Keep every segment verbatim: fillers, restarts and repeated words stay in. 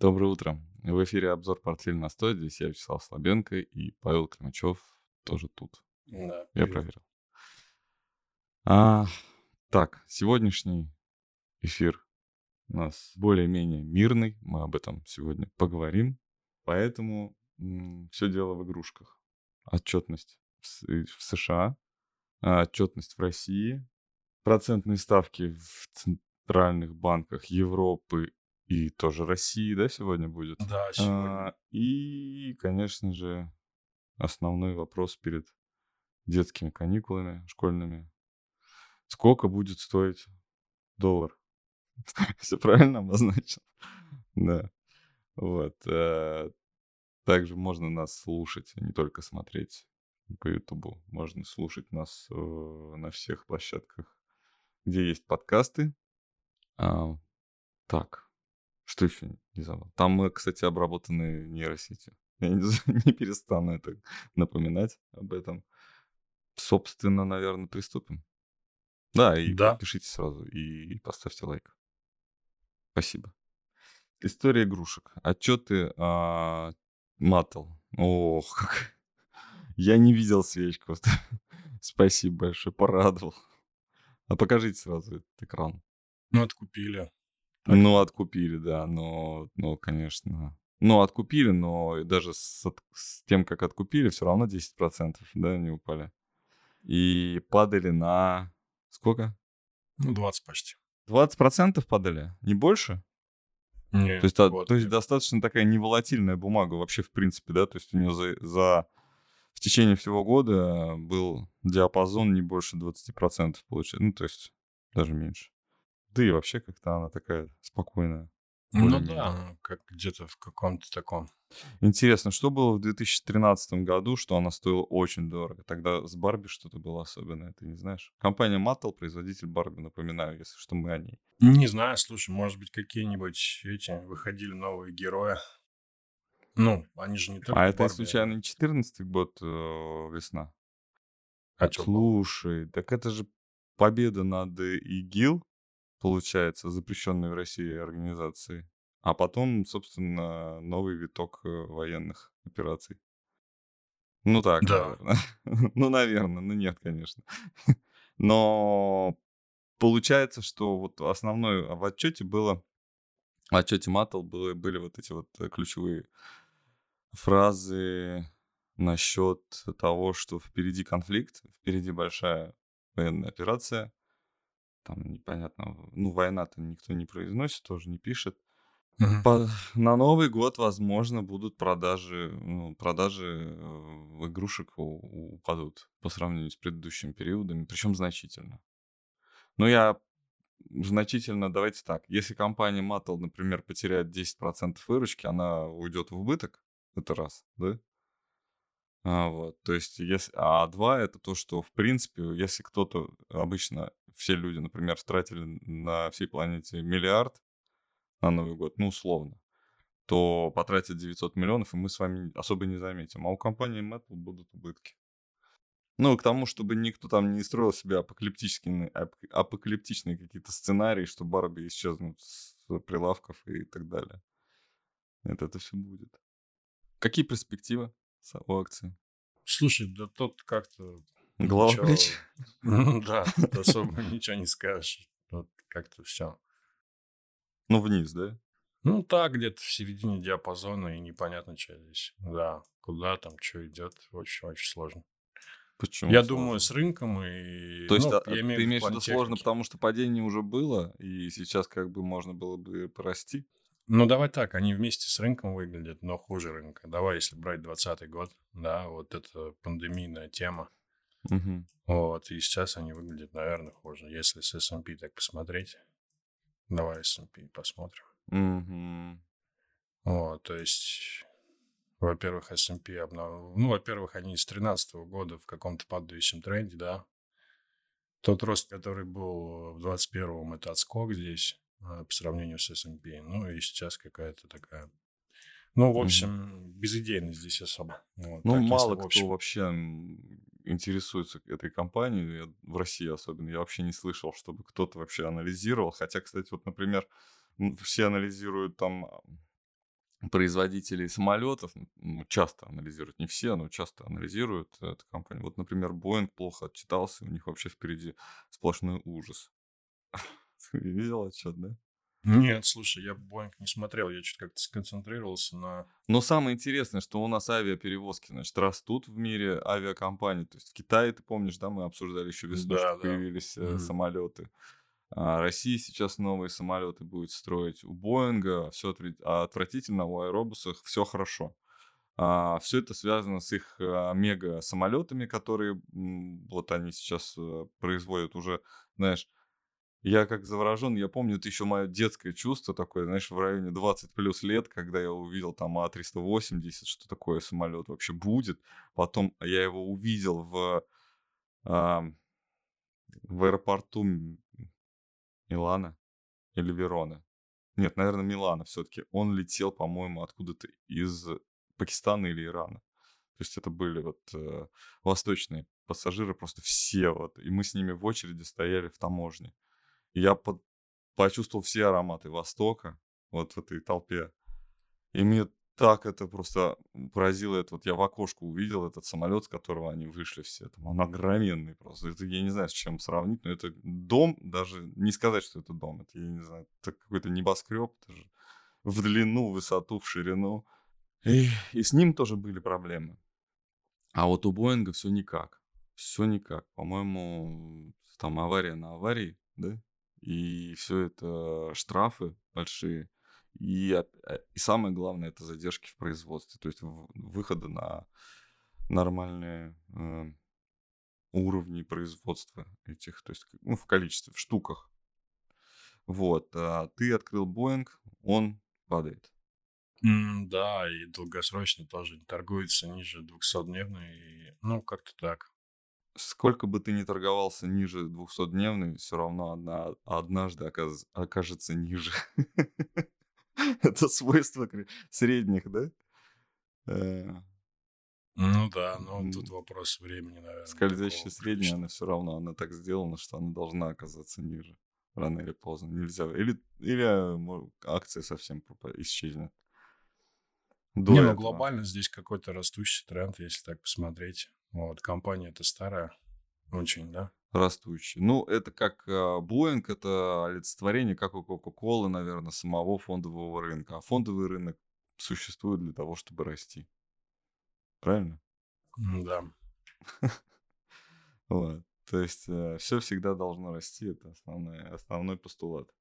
Доброе утро. В эфире обзор «Портфель на сто». Здесь я, Вячеслав Слабенко, и Павел Климачев тоже тут. Да, Я привет. проверил. А, так, сегодняшний эфир у нас более-менее мирный. Мы об этом сегодня поговорим. Поэтому все дело в игрушках. Отчетность в С- э, в США, а, отчетность в России, процентные ставки в центральных банках Европы и тоже России, да, сегодня будет. Да, сегодня. А, И, конечно же, основной вопрос перед детскими каникулами школьными. Сколько будет стоить доллар? Все правильно обозначил? Да. Вот. э, Также можно нас слушать, а не только смотреть по Ютубу. Можно слушать нас э, на всех площадках, где есть подкасты. А, Так, что еще не забыл? Там мы, кстати, обработаны нейросетью. Я не, з- не перестану это напоминать об этом. Собственно, наверное, приступим. Да, и Да. подпишитесь сразу и поставьте лайк. Спасибо. История игрушек. Отчеты а, Mattel. Ох, как... Я не видел свечку. Спасибо большое, порадовал. А покажите сразу этот экран. Ну, откупили. Так Ну, надо. откупили, да, но, но, конечно. Ну, откупили, но и даже с, от- с тем, как откупили, все равно десять процентов, да, не упали. И падали на... Сколько? Ну, двадцать почти. двадцать процентов падали? Не больше? То Не, есть, а, вот то есть нет. достаточно такая неволатильная бумага вообще в принципе, да? То есть у нее за, за в течение всего года был диапазон не больше двадцати процентов получается. Ну, то есть даже меньше. Да и вообще как-то она такая спокойная, Ну более-менее. да, как где-то в каком-то таком. Интересно, что было в две тысячи тринадцатом году, что она стоила очень дорого? Тогда с Барби что-то было особенное, ты не знаешь? Компания Mattel, производитель Барби, напоминаю, если что, мы о ней. Не знаю, слушай, может быть, какие-нибудь эти выходили новые герои. Ну, они же не А только это Барби, случайно не четырнадцатый год э, весна? а что было? Слушай, так это же победа над ИГИЛ, получается, запрещенной в России организацией. А потом, собственно, новый виток э, военных операций. Ну так, Да. наверное. Ну, наверное, ну нет, конечно. Но получается, что вот основной в отчете было, в отчете Матtel было, были вот эти вот э, ключевые фразы насчет того, что впереди конфликт, впереди большая военная операция. Там непонятно, ну, война-то никто не произносит, тоже не пишет. Мгм. По- на Новый год, возможно, будут продажи, ну, продажи э, игрушек у- упадут по сравнению с предыдущими периодами, причем значительно. Но я значительно, давайте так, если компания Mattel, например, потеряет десять процентов выручки, она уйдет в убыток, это раз, да? А, вот, то есть, если, а два это то, что, в принципе, если кто-то, обычно все люди, например, тратили на всей планете миллиард на Новый год, ну, условно, то потратят девятьсот миллионов, и мы с вами особо не заметим. А у компании Mattel будут убытки. Ну, к тому, чтобы никто там не строил себе апокалиптические, ап- апокалиптичные какие-то сценарии, что Барби исчезнут с прилавков и так далее. Это, это все будет. Какие перспективы с- у акции? Слушай, да тут как-то Голова в плечи? ничего. Ну да, тут особо ничего не скажешь. Вот как-то все. Ну, вниз, да? Ну, так, где-то в середине диапазона, и непонятно, что здесь. Да, куда там, что идет, очень-очень сложно. Почему Я думаю, сложно? с рынком и... То есть Ну, а, а, я имею ты в виду в имеешь в плане виду сложно, техники. потому что падение уже было, и сейчас как бы можно было бы порасти? Ну, давай так, они вместе с рынком выглядят, но хуже рынка. Давай, если брать двадцатый год, да, вот это пандемийная тема. Мгм. Вот, и сейчас они выглядят, наверное, хуже. Если с эс энд пи так посмотреть, давай эс энд пи посмотрим. Мгм. Вот, то есть... Во-первых, эс энд пи обнов... Ну, во-первых, они с тринадцатого года в каком-то падающем тренде, да. Тот рост, который был в двадцать первом, это отскок здесь э, по сравнению с эс энд пи. Ну, и сейчас какая-то такая... Ну, в Мгм. общем, безыдейность здесь особо. Вот, Ну, так, если мало в кто общем. вообще м, интересуется этой компанией, я- в России особенно. Я вообще не слышал, чтобы кто-то вообще анализировал. Хотя, кстати, вот, например, м, все анализируют там производителей самолетов, м, часто анализируют, не все, но часто анализируют эту компанию. Вот, например, Boeing плохо отчитался, у них вообще впереди сплошной ужас. Ты видел отчет, да? Нет, слушай, я Boeing не смотрел, я чё-то как-то сконцентрировался на Но самое интересное, что у нас авиаперевозки, значит, растут в мире авиакомпаний. То есть в Китае, ты помнишь, да, мы обсуждали еще весной, что Да, да. появились э, Мгм. самолеты. А Россия сейчас новые самолеты будет строить. У Боинга все отвратительно, у Аэробусах все хорошо. Все это связано с их а, мега-самолетами, которые м, вот они сейчас э, производят уже, знаешь, я как заворожен, я помню, это еще мое детское чувство такое, знаешь, в районе двадцать плюс лет, когда я увидел там А триста восемьдесят, что такое самолет вообще будет. Потом я его увидел в, а, в аэропорту М- Милана или Верона. Нет, наверное, Милана все-таки. Он летел, по-моему, откуда-то из Пакистана или Ирана. То есть это были вот э, восточные пассажиры, просто все вот. И мы с ними в очереди стояли в таможне. И я под- почувствовал все ароматы Востока вот в этой толпе. И мне так это просто поразило. Это вот я в окошко увидел этот самолет, с которого они вышли все. Там он огроменный просто. Это я не знаю, с чем сравнить, но это дом, даже не сказать, что это дом. Это, я не знаю, это какой-то небоскреб даже. В длину, в высоту, в ширину. И, и с ним тоже были проблемы. А вот у Боинга все никак. Все никак. По-моему, там авария на аварии, да? И все это штрафы большие. И, оп- э, и самое главное, это задержки в производстве. То есть в- выхода на нормальные э, уровни производства этих, то есть к- ну, в количестве, в штуках. Вот. А ты открыл Боинг, он падает. М, да, и долгосрочно тоже не торгуется ниже двухсотдневной. И, ну, как-то так. Сколько бы ты ни торговался ниже двухсотдневной, все равно одна однажды оказ окажется ниже. Это свойство кре средних, да? Э, Ну да, но тут м, вопрос времени, наверное, такого Скользящая средняя, она выключительно. все равно, она так сделана, что она должна оказаться ниже рано или поздно. Нельзя или или, э, мо акция совсем пропа исчезнет. Не, До ну этого глобально здесь какой-то растущий тренд, если так посмотреть. Вот, компания-то старая очень, да? растущий. Ну, это как, а, Boeing — это олицетворение, как у "Кока-колы", наверное, самого фондового рынка. А фондовый рынок существует для того, чтобы расти. Правильно? Да. Вот. То есть, все всегда должно расти. Это основной основной постулат.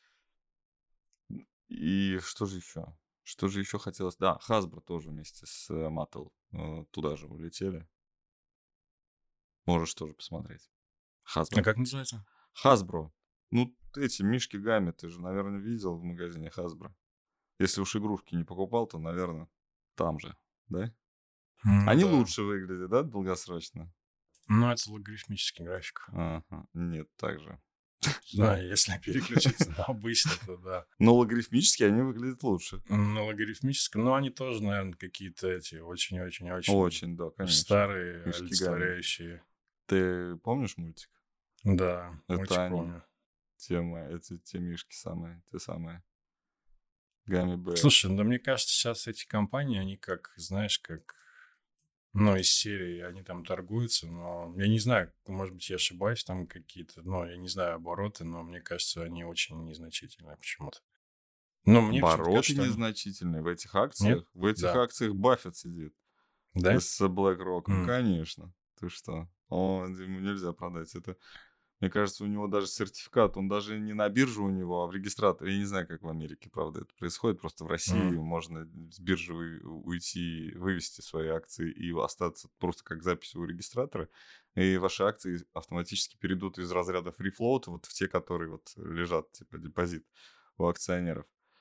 И что же еще? Что же еще хотелось? Да, Hasbro тоже вместе с, э, Mattel, э, туда же улетели. Можешь тоже посмотреть. А Hasbro. как называется? Hasbro. Ну, эти мишки Гамми ты же, наверное, видел в магазине Hasbro. Если уж игрушки не покупал, то, наверное, там же, да? Ну Они да. лучше выглядят, да, долгосрочно? Ну, это логарифмический график. Ага. Нет, так же. Да, если переключиться на обычный, то да. Но логарифмически они выглядят лучше. На логарифмическом, ну, они тоже, наверное, какие-то эти очень-очень-очень Очень, да, конечно. старые, Мишки Гамми. олицетворяющие. Ты помнишь мультик? Да, Это очень они. помню. Те, мо- эти, те мишки самые, те самые. Гамми Бэрс. Слушай, ну, да мне кажется, сейчас эти компании, они как, знаешь, как, ну, из серии, они там торгуются, но я не знаю, может быть, я ошибаюсь, там какие-то, ну, я не знаю обороты, но мне кажется, они очень незначительные почему-то. Ну, мне почему-то Обороты кажется, что они... незначительные в этих Нет? акциях. В этих Да. акциях Баффет сидит Да? с BlackRock. М. Конечно. Ты что? Он, ему нельзя продать. Это, мне кажется, у него даже сертификат. Он даже не на бирже у него, а в регистраторе. Я не знаю, как в Америке, правда, это происходит. Просто в России М. можно с биржи вы- уйти, вывести свои акции и остаться просто как запись у регистратора. И ваши акции автоматически перейдут из разряда free float вот в те, которые вот лежат, типа депозит у акционеров.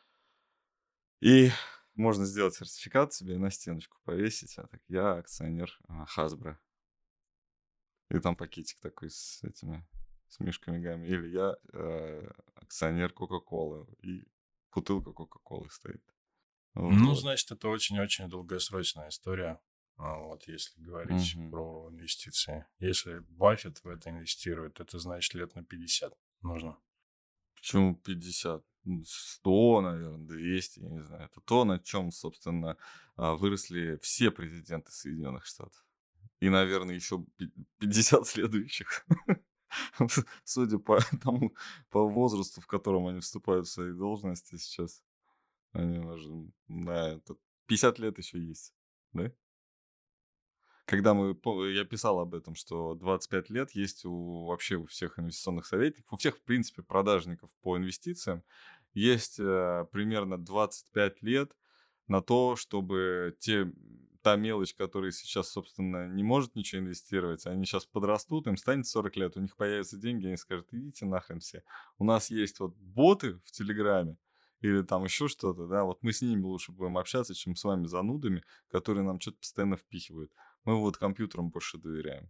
И можно сделать сертификат себе на стеночку повесить. А так я акционер а, Hasbro. И там пакетик такой с этими, с мишками Гамми. Или я э, акционер Кока-Колы. И бутылка Кока-Колы стоит. Ну, Вот. значит, это очень-очень долгосрочная история, а, вот если говорить Мгм. про инвестиции. Если Баффет в это инвестирует, это значит лет на пятьдесят нужно. Почему пятьдесят? М, сто, наверно, двести, я не знаю. Это то, на чем, собственно, а, выросли все президенты Соединенных Штатов. И, наверное, еще пи пятьдесят следующих. Судя по тому, по возрасту, в котором они вступают в свои должности сейчас, они уже, на это пятьдесят лет еще есть, да? Когда мы по я писал об этом, что двадцать пять лет есть у вообще у всех инвестиционных советников, у всех, в принципе, продажников по инвестициям есть, э, примерно двадцать пять лет на то, чтобы те та мелочь, которая сейчас, собственно, не может ничего инвестировать, они сейчас подрастут, им станет сорок лет, у них появятся деньги, они скажут: "Идите нахрен все. У нас есть вот боты в "Телеграме" или там еще что-то, да, вот мы с ними лучше будем общаться, чем с вами занудами, которые нам что то постоянно впихивают". Мы вот компьютерам больше доверяем.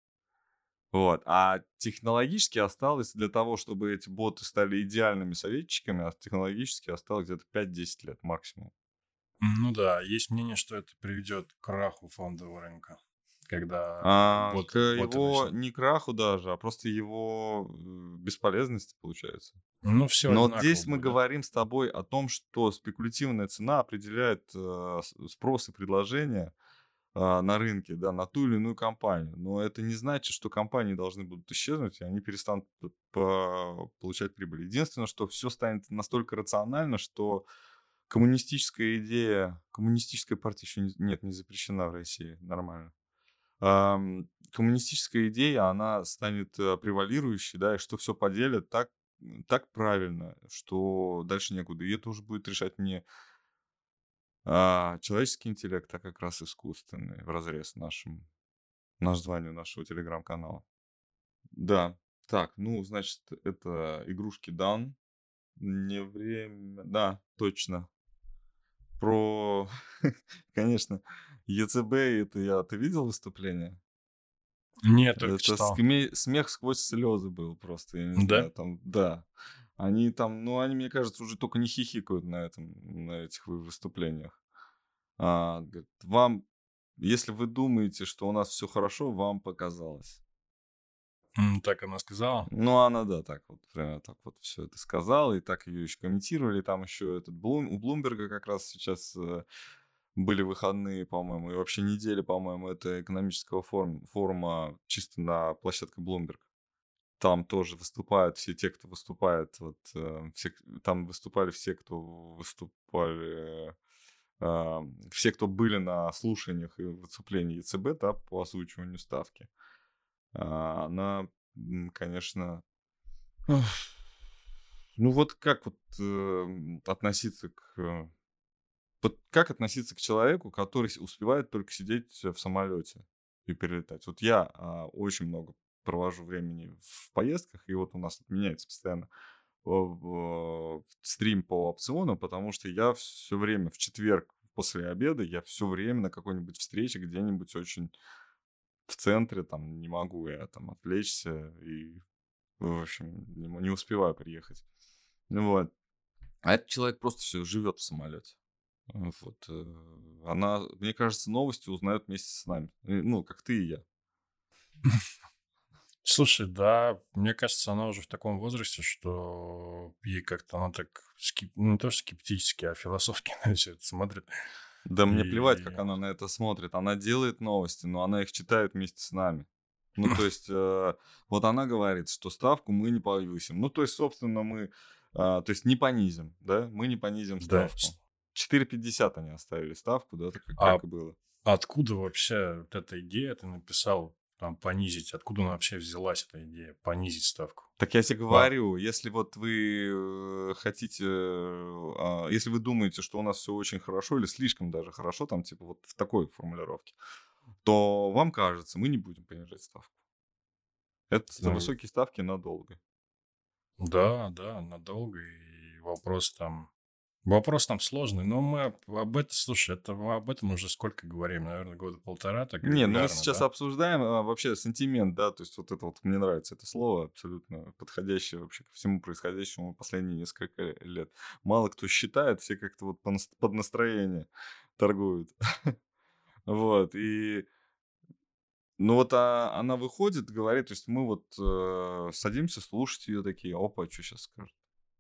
Вот. А технологически осталось для того, чтобы эти боты стали идеальными советчиками, а технологически осталось где-то пять-десять лет максимум. Ну да, есть мнение, что это приведет к краху фондового рынка, когда А, к боты, боты его начнут. не краху даже, а просто его э, бесполезности, получается. Ну, все Но вот одинаково здесь мы будет, да? говорим с тобой о том, что спекулятивная цена определяет э, с- спрос и предложение а, на рынке, да, на ту или иную компанию. Но это не значит, что компании должны будут исчезнуть, и они перестанут п- по- получать прибыль. Единственное, что все станет настолько рационально, что коммунистическая идея, коммунистическая партия еще не, нет, не запрещена в России, нормально. Ам, коммунистическая идея, она станет э, превалирующей, да, и что все поделят так, м, так правильно, что дальше некуда. И это уже будет решать не а, человеческий интеллект, а как раз искусственный, в разрез нашим названию нашего телеграм-канала. Да. Так, ну, значит, это игрушки Дан. Не время. Да, точно. Про, конечно, ЕЦБ, это я... Ты видел выступление? Нет, только Это читал. сме- смех сквозь слезы был просто, я не Да? знаю, там, да. Они там, ну, они, мне кажется, уже только не хихикают на этом, на этих вы- выступлениях. А, говорит, вам, если вы думаете, что у нас все хорошо, вам показалось. М, Так она сказала? Ну, она, да, так вот, прямо так вот все это сказала, и так ее еще комментировали. Там еще этот Блум, у Блумберга как раз сейчас э, были выходные, по-моему, и вообще неделя, по-моему, это экономического форум- форума чисто на площадке Bloomberg. Там тоже выступают все те, кто выступает, вот, э, все, к- там выступали все, кто выступали, э, а, все, кто были на слушаниях и выступлении ЕЦБ, да, по озвучиванию ставки. А, Она, м, конечно, ах, ну вот как вот э, м, относиться к... э, вот как относиться к человеку, который с- успевает только сидеть в самолете и перелетать? Вот я а, очень много провожу времени в поездках, и вот у нас тут меняется постоянно э, в- стрим по опциону, потому что я все время в четверг после обеда, я все время на какой-нибудь встрече где-нибудь очень в центре, там не могу я там отвлечься и, в общем, не, м- не успеваю приехать. Ну вот. А этот человек просто все живет в самолете. Э, Вот. э, Она, мне кажется, новости узнает вместе с нами. Э, Ну, как ты и я. Слушай, да, мне кажется, она уже в таком возрасте, что ей как-то она так скеп- ну, не то что скептически, а философски на все это смотрит. Да мне плевать, как И она на это смотрит. Она делает новости, но она их читает вместе с нами. Ну, то есть, э, вот она говорит, что ставку мы не повысим. Ну, то есть, собственно, мы, а, то есть, не понизим, да, мы не понизим да, ставку. с- четыре пятьдесят они оставили ставку, да, так как, а как и было. откуда вообще вот эта идея, ты написал, там, понизить, откуда она вообще взялась, эта идея, понизить ставку? Так я тебе Ва- говорю, если вот вы э, хотите, э, а, если вы думаете, что у нас все очень хорошо или слишком даже хорошо, там типа вот в такой формулировке, то вам кажется, мы не будем понижать ставку. Это ст- ну, высокие ставки надолго. да, да, надолго, и вопрос там Вопрос там сложный, но мы об, об этом, слушай, это, мы об этом уже сколько говорим, наверное, года полтора, так Не, ну мы регулярно, сейчас да? обсуждаем а, вообще сентимент, да, то есть вот это вот, мне нравится это слово, абсолютно подходящее вообще ко всему происходящему последние несколько лет. Мало кто считает, все как-то вот по нас- под настроение торгуют. Вот, и ну вот, а, она выходит, говорит, то есть мы вот, э, садимся слушать ее такие: "Опа, что сейчас скажет?"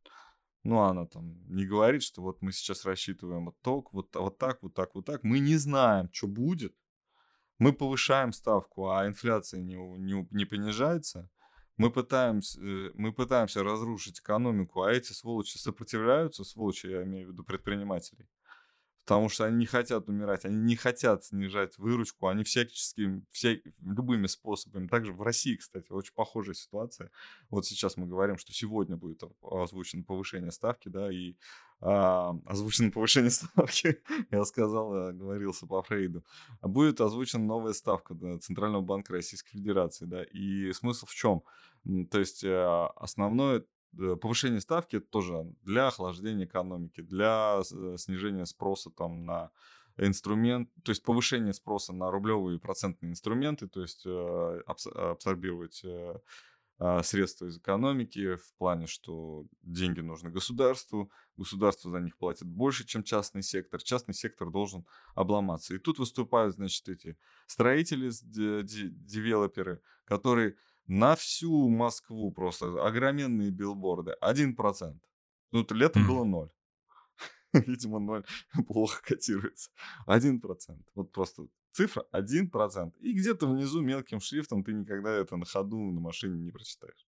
Ну, она там не говорит, что вот мы сейчас рассчитываем вот ток, вот, вот так, вот так, вот так. Мы не знаем, что будет. Мы повышаем ставку, а инфляция не, у- не, у- не понижается. Мы пытаемся, э, мы пытаемся разрушить экономику, а эти сволочи сопротивляются, сволочи, я имею в виду предпринимателей. Потому что они не хотят умирать, они не хотят снижать выручку, они всячески, вся, любыми способами. Также в России, кстати, очень похожая ситуация. Вот сейчас мы говорим, что сегодня будет о- озвучено повышение ставки, да, и а, озвучено повышение ставки, я сказал, э, говорился по Фрейду, а будет озвучена новая ставка, да, Центрального банка Российской Федерации, да, и смысл в чем? То есть э, основное э, повышение ставки это тоже для охлаждения экономики, для с- э, снижения спроса там на инструмент, то есть повышение спроса на рублевые процентные инструменты, то есть э, абс- абсорбировать э, а, средства из экономики в плане, что деньги нужны государству, государство за них платит больше, чем частный сектор, частный сектор должен обломаться. И тут выступают, значит, эти строители, с- де- де- девелоперы, которые на всю Москву просто огроменные билборды, один процент. Ну, т- летом было Мгм. ноль. Видимо, ноль плохо котируется. Один процент. Вот просто цифра один процент. И где-то внизу мелким шрифтом ты никогда это на ходу на машине не прочитаешь.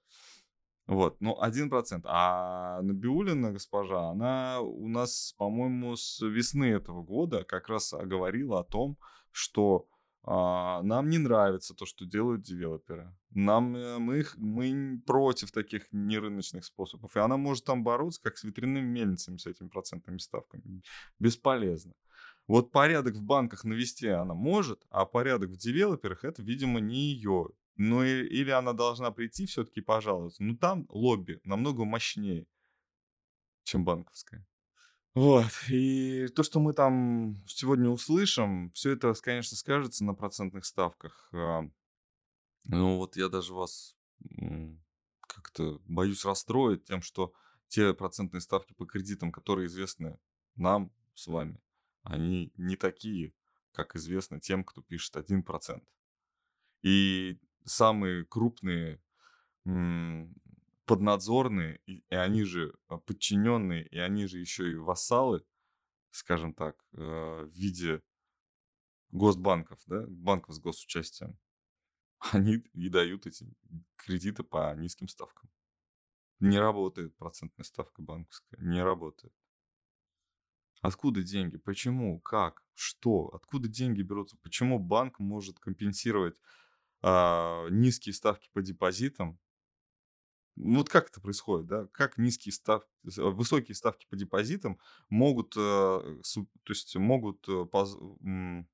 Вот, ну, один процент. А Набиуллина госпожа, она у нас, по-моему, с весны этого года как раз а, говорила о том, что а, нам не нравится то, что делают девелоперы. Нам, э, мы, их- мы н- против таких нерыночных способов. И она может там бороться, как с ветряными мельницами, с этими процентными ставками. Бесполезно. Вот порядок в банках навести она может, а порядок в девелоперах это, видимо, не ее. Ну, и- или она должна прийти все-таки пожаловаться. Ну, там лобби намного мощнее, чем банковское. Вот. И то, что мы там сегодня услышим, все это, конечно, скажется на процентных ставках. А, Ну, вот я даже вас м, как-то боюсь расстроить тем, что те процентные ставки по кредитам, которые известны нам с вами, они не такие, как известно тем, кто пишет один процент. И самые крупные м, поднадзорные, и, и они же а, подчиненные, и они же еще и вассалы, скажем так, э, в виде госбанков, да, банков с госучастием, они и дают эти кредиты по низким ставкам. Не работает процентная ставка банковская, не работает. Откуда деньги? Почему? Как? Что? Откуда деньги берутся? Почему банк может компенсировать а, низкие ставки по депозитам? Ну, вот как это происходит, да? Как низкие ставки, с- э, высокие ставки по депозитам могут, э, су- то есть могут э, поз- м,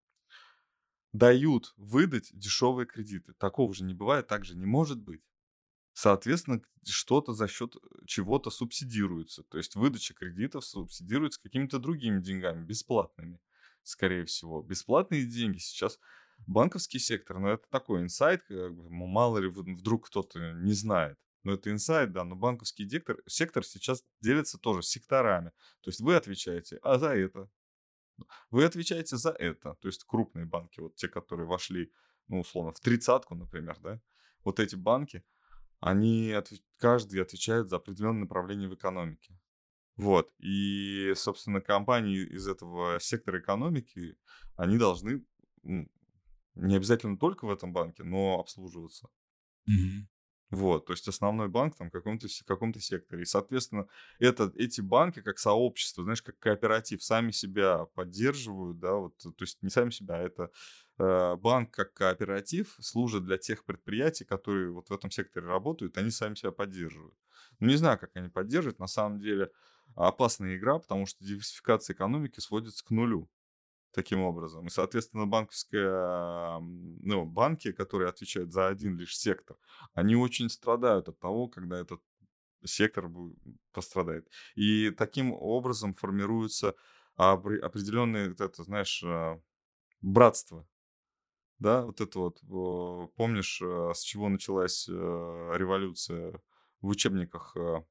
дают выдать дешевые кредиты? Такого же не бывает, так же не может быть. Соответственно, к что-то за счет э, чего-то субсидируется. То есть выдача кредитов субсидируется какими-то другими деньгами, бесплатными, скорее всего. Бесплатные деньги сейчас банковский сектор, но это такой инсайт, как бы, м, мало ли вот вдруг кто-то не знает. Но это инсайт, да, но банковский сектор, сектор сейчас делится тоже секторами. То есть вы отвечаете, а за это. Вы отвечаете за это. То есть крупные банки, вот те, которые вошли, ну, условно, в тридцатку, например, да, вот эти банки, они отве каждый отвечает за определенное направление в экономике. Вот. И, собственно, компании из этого сектора экономики, они должны, м, не обязательно только в этом банке, но обслуживаться. Мгм. Вот, то есть основной банк там в каком-то се каком-то секторе. И, соответственно, это эти банки как сообщество, знаешь, как кооператив, сами себя поддерживают, да, вот, то есть не сами себя, а это, э, банк как кооператив служит для тех предприятий, которые вот в этом секторе работают, они сами себя поддерживают. Ну, не знаю, как они поддерживают, на самом деле опасная игра, потому что диверсификация экономики сводится к нулю таким образом. И, соответственно, банковская, м, ну, банки, которые отвечают за один лишь сектор, они очень страдают от того, когда этот сектор бу- пострадает. И таким образом формируется опре- определенное, вот это, знаешь, а, братство. Да, вот это вот, о, помнишь, а, с чего началась э, революция в учебниках э,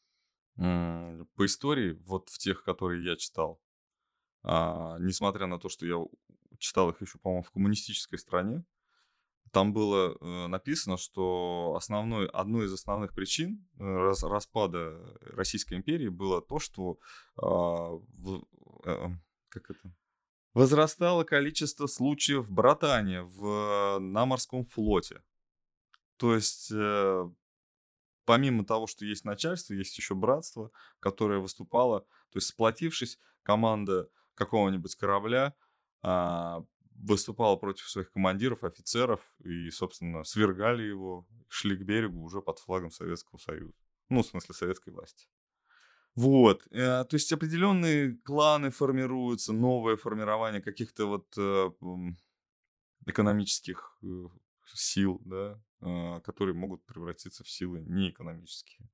м, по истории, вот в тех, которые я читал. А, несмотря на то, что я у читал их еще, по-моему, в коммунистической стране, Там было, э, написано, что основной одной из основных причин, э, рас распада Российской империи было то, что, а, в э, как это, возрастало количество случаев братания в на морском флоте. То есть, э, помимо того, что есть начальство, есть еще братство, которое выступало. То есть, сплотившись, команда какого-нибудь корабля, а, выступала против своих командиров, офицеров и, собственно, свергали его, шли к берегу уже под флагом Советского Союза. Ну, в смысле, советской власти. Вот, э, то есть определенные кланы формируются, новое формирование каких-то вот, э, м, экономических, э, сил, да, а, которые могут превратиться в силы неэкономические.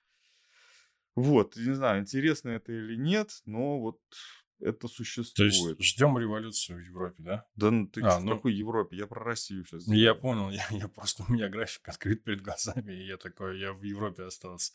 Вот, не знаю, интересно это или нет, но вот это То есть существует. ждем революцию в Европе, да? Да ну ты А, чё, в ну, какой Европе? Я про Россию сейчас я делаю. понял, я, я просто, у меня график открыт перед глазами, и я такой, я в Европе остался.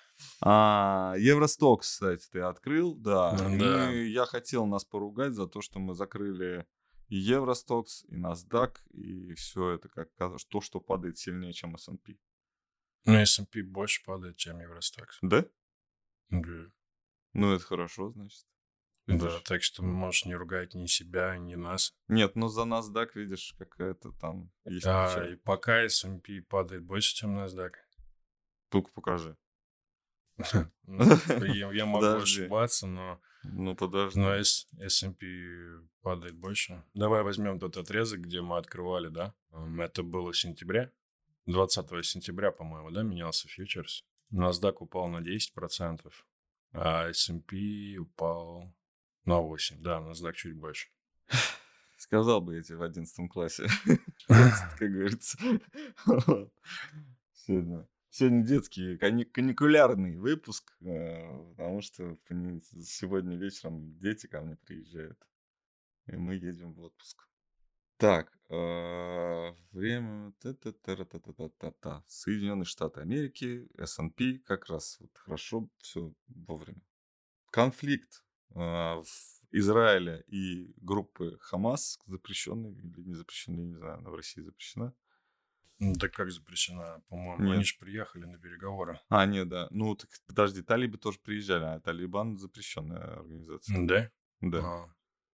А, Евросток, кстати, ты открыл, да. И Ну да, мы, я хотел нас поругать за то, что мы закрыли и Евростокс, и NASDAQ, и все это как ка- то, что падает сильнее, чем эс энд пи. ну эс энд пи больше падает, чем Евростокс. Да? Да. Ну, это хорошо, значит. Да, Видишь? так что можешь не ругать ни себя, ни нас. Нет, ну за NASDAQ, видишь, какая-то там есть А, печаль. и пока эс энд пи падает больше, чем NASDAQ. Ну-ка покажи. Ну, я, я могу Подожди. ошибаться, но, Ну, но подожди. эс энд пи падает больше. Давай возьмем тот отрезок, где мы открывали, да? М, Это было в сентябре. двадцатого сентября, по-моему, да, менялся фьючерс. NASDAQ упал на десять процентов, а эс энд пи упал на восемь процентов. Да, NASDAQ чуть больше. Сказал бы я тебе в одиннадцатом классе. Текст, как говорится. Вот. Сегодня, сегодня детский кани- каникулярный выпуск, э, потому что в пони- сегодня вечером дети ко мне приезжают, и мы едем в отпуск. Так, э, время... та-та-та-ра-та-та-та-та-та. Соединенные Штаты Америки, эс энд пи, как раз вот хорошо все вовремя. Конфликт а, в Израиля и группы Хамас, запрещенной или не запрещенной, я не знаю, она в России запрещена. Ну, так как запрещена, по-моему? Они Нет. же приехали на переговоры. А, нет, да. Ну, так подожди, талибы тоже приезжали, а Талибан запрещенная организация. Да? Да, А,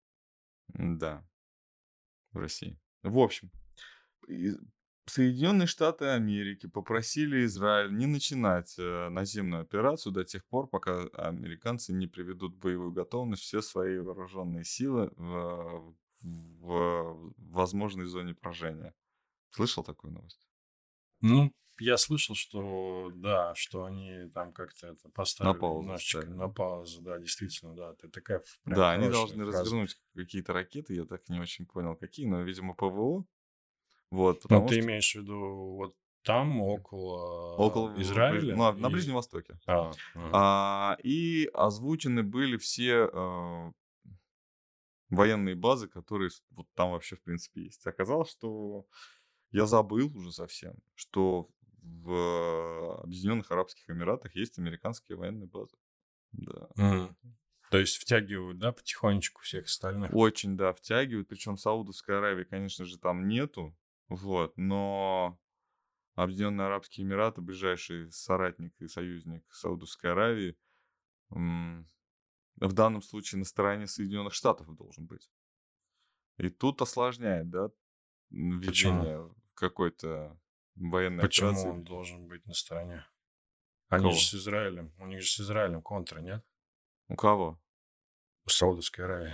да, в России. В общем, и Соединенные Штаты Америки попросили Израиль не начинать э, наземную операцию до тех пор, пока американцы не приведут в боевую готовность все свои вооруженные силы в, в возможной зоне поражения. Слышал такую новость? Ну, я слышал, что да, что они там как-то это На поставили паузу немножечко ставили, на да? паузу, да, действительно, да, это такая ф- прям Да, они хорошая должны фраза. развернуть какие-то ракеты, я так и не очень понял, какие, но, видимо, ПВО. Вот, Но потому ты что имеешь в виду вот там, около около, в Ближ- Израиля, на, на и... Ближнем Востоке. А, а. А, и озвучены были все э, военные базы, которые с- вот там вообще, в принципе, есть. Оказалось, что я забыл уже совсем, что в Объединенных Арабских Эмиратах есть американские военные базы. Да. М. То есть втягивают, да, потихонечку всех остальных. Очень, да, втягивают. Причем Саудовской Аравии, конечно же, там нету. Вот, но Объединенные Арабские Эмираты, ближайший соратник и союзник Саудовской Аравии, м, в данном случае на стороне Соединенных Штатов должен быть. И тут осложняет, да, м, Почему? введение какой-то военной Почему операции. он должен быть на стороне? Они же Кого? с Израилем, у них же с Израилем контра, нет? У кого? У Саудовской Аравии.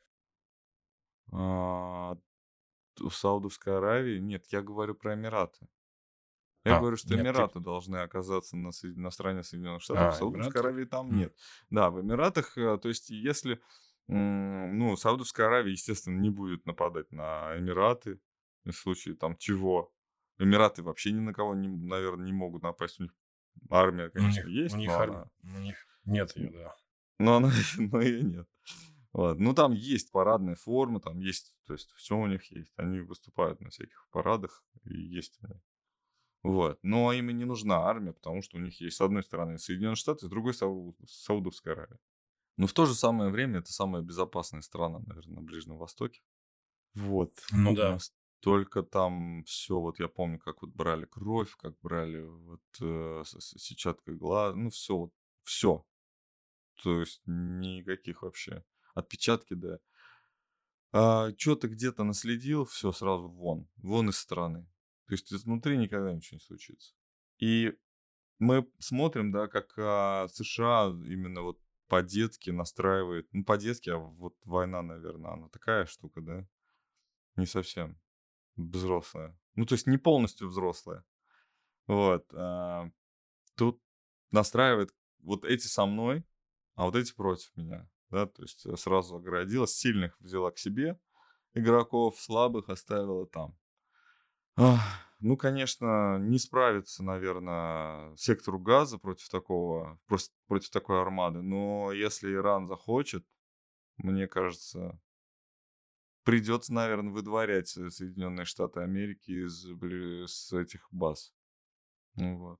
А, у Саудовской Аравии? Нет, я говорю про Эмираты. Я А, говорю, что нет, ты... Эмираты должны оказаться на, Соед- на стороне Соединенных Штатов, в А, Саудовской Эмираты? Аравии там М. нет. Да, в Эмиратах, э, то есть если, м, ну, Саудовская Аравия, естественно, не будет нападать на Эмираты, в случае там чего. Эмираты вообще ни на кого, не, наверное, не могут напасть. У них армия, У конечно, них, у есть, них но армии, она, у них нет ее, да. но она, но ее нет. Вот. Ну, там есть парадная форма, там есть, то есть все у них есть. Они выступают на всяких парадах, и есть они. Вот. Но им и не нужна армия, потому что у них есть, с одной стороны, Соединенные Штаты, с другой Сау- Саудовская Аравия. Но в то же самое время это самая безопасная страна, наверное, на Ближнем Востоке. Вот. Ну Сколько у да. нас? Только там все, вот я помню, как вот брали кровь, как брали вот, э, с с сетчаткой глаза, ну все, вот всё. То есть никаких вообще отпечатки, да. А, чё-то где-то наследил, все сразу вон, вон из страны. То есть изнутри никогда ничего не случится. И мы смотрим, да, как, а, США именно вот по-детски настраивает, ну, по-детски, а вот война, наверное, она такая штука, да, не совсем взрослая. Ну, то есть не полностью взрослая. Вот, а, тут настраивает вот эти со мной, а вот эти против меня, да, то есть, э, сразу оградила, сильных взяла к себе игроков, слабых оставила там. Ах, ну, конечно, не справится, наверно, сектору Газа против такого, прос против такой армады, но если Иран захочет, мне кажется, придется, наверно, выдворять, э, Соединенные Штаты Америки из бли с этих баз. Ну вот.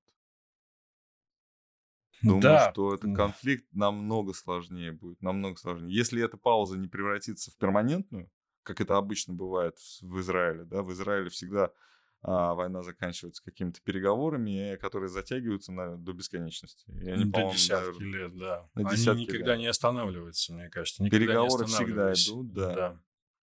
Думаю, Да, что этот м, конфликт намного сложнее будет, намного сложнее. Если эта пауза не превратится в перманентную, как это обычно бывает в в Израиле, да, в Израиле всегда, а, война заканчивается какими-то переговорами, э, которые затягиваются на до бесконечности. И они, до по-моему, десятки наверно, лет, да. на Они десятки никогда лет. не останавливаются, мне кажется, никогда не Переговоры всегда останавливались. идут, да. Да.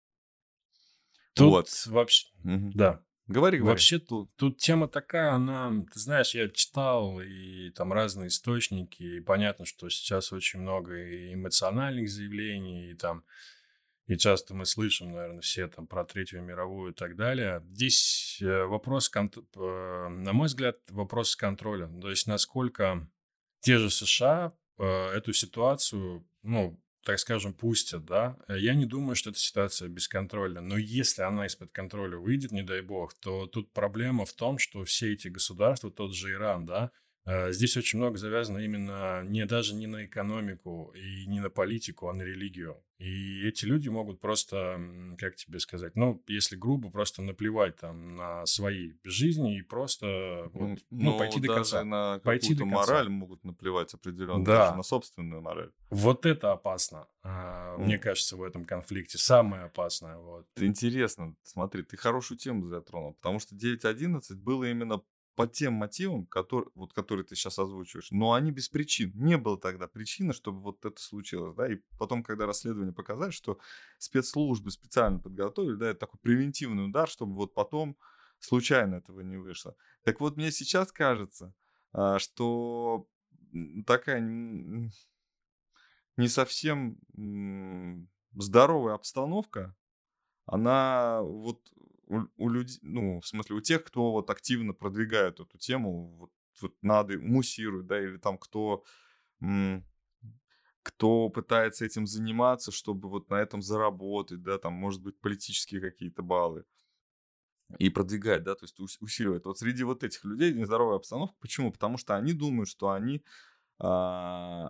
Тут Вот. вообще, Мгм. да. Говори, говори. Вообще, Тут. тут тема такая, она, ты знаешь, я читал и там разные источники, и понятно, что сейчас очень много и эмоциональных заявлений, и там, и часто мы слышим, наверное, все там про Третью мировую и так далее. Здесь э, вопрос, конт- э, на мой взгляд, вопрос контроля. То есть, насколько те же США э, эту ситуацию, ну, так скажем, пустят, да. Э, Я не думаю, что эта ситуация бесконтрольна. Но если она из-под контроля выйдет, не дай бог, то тут проблема в том, что все эти государства, тот же Иран, да, э, здесь очень много завязано именно не даже не на экономику и не на политику, а на религию. И эти люди могут просто, м, как тебе сказать, ну, если грубо, просто наплевать там на свои жизни и просто вот, М, ну, пойти ну, до даже конца. на Пойти какую-то до конца. мораль могут наплевать определенно, даже на Да, собственную мораль. вот это опасно, а, мне М. кажется, в этом конфликте. Самое опасное, вот. Это интересно. Смотри, ты хорошую тему затронул, потому что девять одиннадцать было именно по тем мотивам, котор вот которые ты сейчас озвучиваешь. Но они без причин. Не было тогда причины, чтобы вот это случилось, да. И потом, когда расследование показали, что спецслужбы специально подготовили, да, это такой превентивный удар, чтобы вот потом случайно этого не вышло. Так вот, мне сейчас кажется, а, что, м, такая, м, не совсем, м, здоровая обстановка, она вот у, у людей, ну, в смысле, у тех, кто вот активно продвигает эту тему, вот, вот надо, муссирует, да, или там кто, м, кто пытается этим заниматься, чтобы вот на этом заработать, да, там, может быть, политические какие-то баллы и продвигать, да, то есть ус- усиливает. Вот среди вот этих людей нездоровая обстановка. Почему? Потому что они думают, что они а,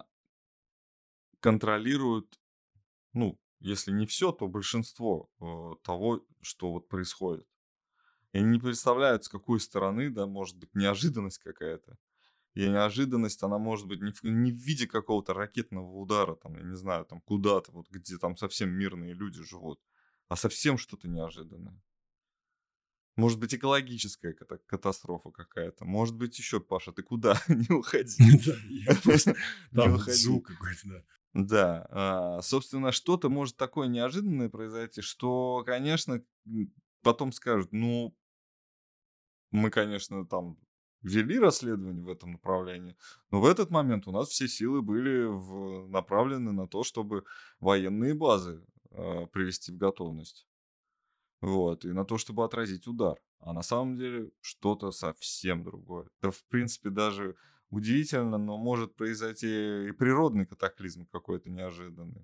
контролируют, ну, если не все, то большинство э, того, что вот происходит. И они не представляют, с какой стороны, да, может быть неожиданность какая-то. И неожиданность, она может быть не в, не в виде какого-то ракетного удара, там, я не знаю, там куда-то, вот где там совсем мирные люди живут, а совсем что-то неожиданное. Может быть экологическая ката- катастрофа какая-то. Может быть еще, Паша, ты куда? Не уходи. Да, я просто Не там уходи. звук какой-то, да. Да, а, собственно, что-то может такое неожиданное произойти, что, конечно, м, потом скажут, ну, мы, конечно, там вели расследование в этом направлении, но в этот момент у нас все силы были в- направлены на то, чтобы военные базы э, привести в готовность. Вот, и на то, чтобы отразить удар. А на самом деле что-то совсем другое. Да, в принципе, даже удивительно, но может произойти и природный катаклизм какой-то неожиданный.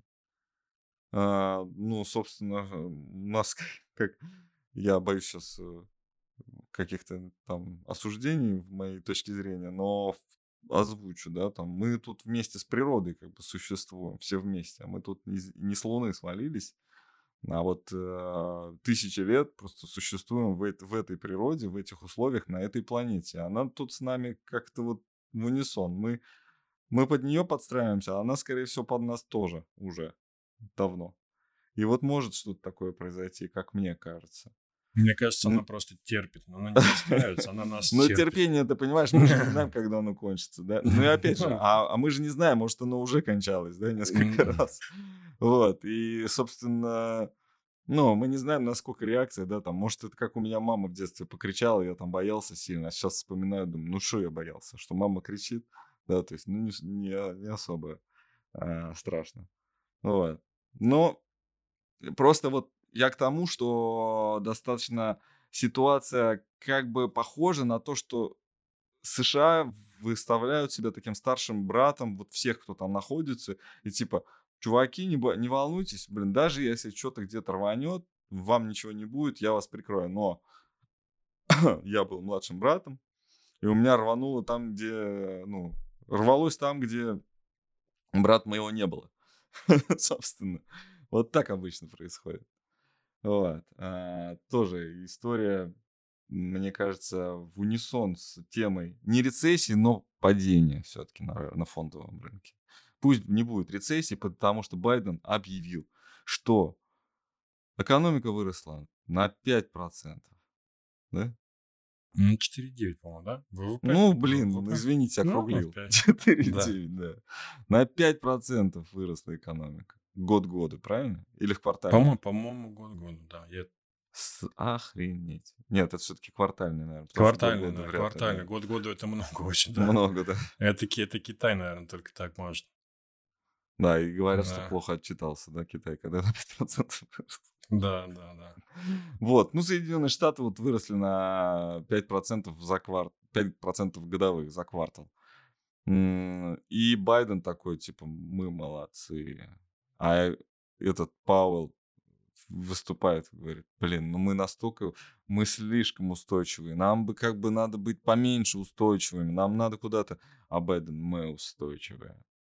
А, ну, собственно, э, у нас, как я боюсь сейчас каких-то там осуждений в моей точке зрения, но в- озвучу, да, там мы тут вместе с природой как бы существуем, все вместе, а мы тут не, с не с Луны свалились, а вот э, тысячи лет просто существуем в, эт- в этой природе, в этих условиях на этой планете. Она тут с нами как-то вот в унисон. Мы, мы под нее подстраиваемся, а она, скорее всего, под нас тоже уже давно. И вот может что-то такое произойти, как мне кажется. Мне кажется, она Н просто терпит. Она не расстраивается, она нас Но терпит. терпение, ты понимаешь, мы же не знаем, когда оно кончится, да. Ну и опять же, Ну, а а мы же не знаем, может, оно уже кончалось, да, несколько м, раз. Вот, и, собственно, ну, мы не знаем, насколько реакция, да, там, может, это как у меня мама в детстве покричала, я там боялся сильно, а сейчас вспоминаю, думаю, ну, что я боялся, что мама кричит, да, то есть, ну, не с не не особо, а, страшно. Вот. Но просто вот я к тому, что достаточно ситуация как бы похожа на то, что США выставляют себя таким старшим братом вот всех, кто там находится. И типа, чуваки, не, бо- не волнуйтесь, блин, даже если что-то где-то рванет, вам ничего не будет, я вас прикрою. Но я был младшим братом, и у меня рвануло там, где, ну, рвалось там, где брат моего не было. Собственно. Вот так обычно происходит. Вот. А, тоже история, мне кажется, в унисон с темой не рецессии, но падения все-таки на, на фондовом рынке. Пусть не будет рецессии, потому что Байден объявил, что экономика выросла на пять процентов. Да? ну, четыре девять, по-моему, да? ВВП? Ну, блин, ВВП? извините, Ну, округлил. опять. четыре Да. девять, да. На пять процентов выросла экономика. Год году, правильно? Или в квартальном? По-моему, по-моему, год году, да. Я С охренеть. Нет, это все таки квартальный, наверное, потому что год квартальный, года да, вряд ли, квартальный. да. Год году это много очень, да. Много, да. Это, Ки- это Китай, наверное, только так может. Да, и говорят, что Да, плохо отчитался, да, Китай, когда на пять процентов вырос. да, да, да. Вот, ну, Соединенные Штаты вот выросли на пять процентов за кварт пять процентов годовых за квартал. М, и Байден такой, типа: "Мы молодцы". А этот Пауэлл выступает и говорит: "Блин, ну мы настолько мы слишком устойчивые. Нам бы как бы надо быть поменьше устойчивыми. Нам надо куда-то". А Байден: "Мы устойчивые.